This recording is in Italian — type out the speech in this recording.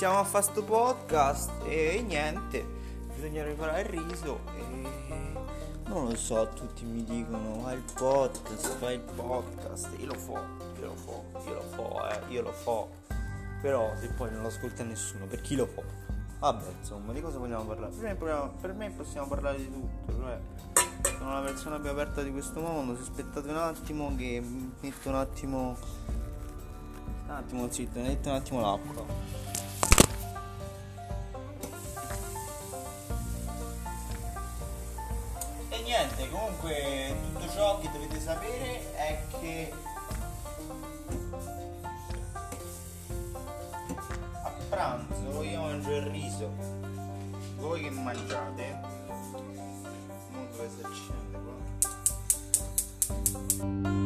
iniziamo a fare sto podcast e niente, bisogna preparare il riso e non lo so, tutti mi dicono fai il podcast, io lo fo, però se poi non lo ascolta nessuno, per chi lo fa? Vabbè, insomma, di cosa vogliamo parlare? Per me possiamo parlare di tutto, cioè sono una persona più aperta di questo mondo. Se aspettate un attimo che metto un attimo zitto, metto un attimo l'acqua. E niente, comunque tutto ciò che dovete sapere è che a pranzo io mangio il riso. Voi che mangiate? Non dove si accende qua.